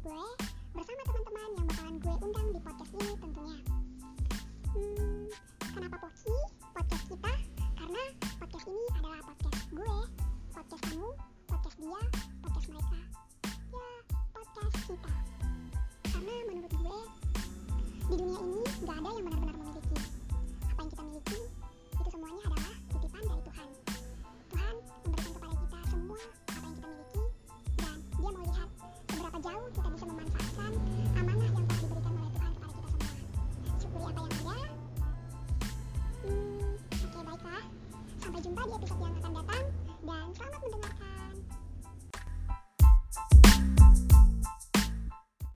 gue bersama teman-teman yang bakalan gue undang di podcast ini tentunya. Kenapa Poki? Podcast kita? Karena podcast ini adalah podcast gue, podcast kamu, podcast dia, podcast mereka. Ya, podcast kita. Karena menurut gue, di dunia ini gak ada yang benar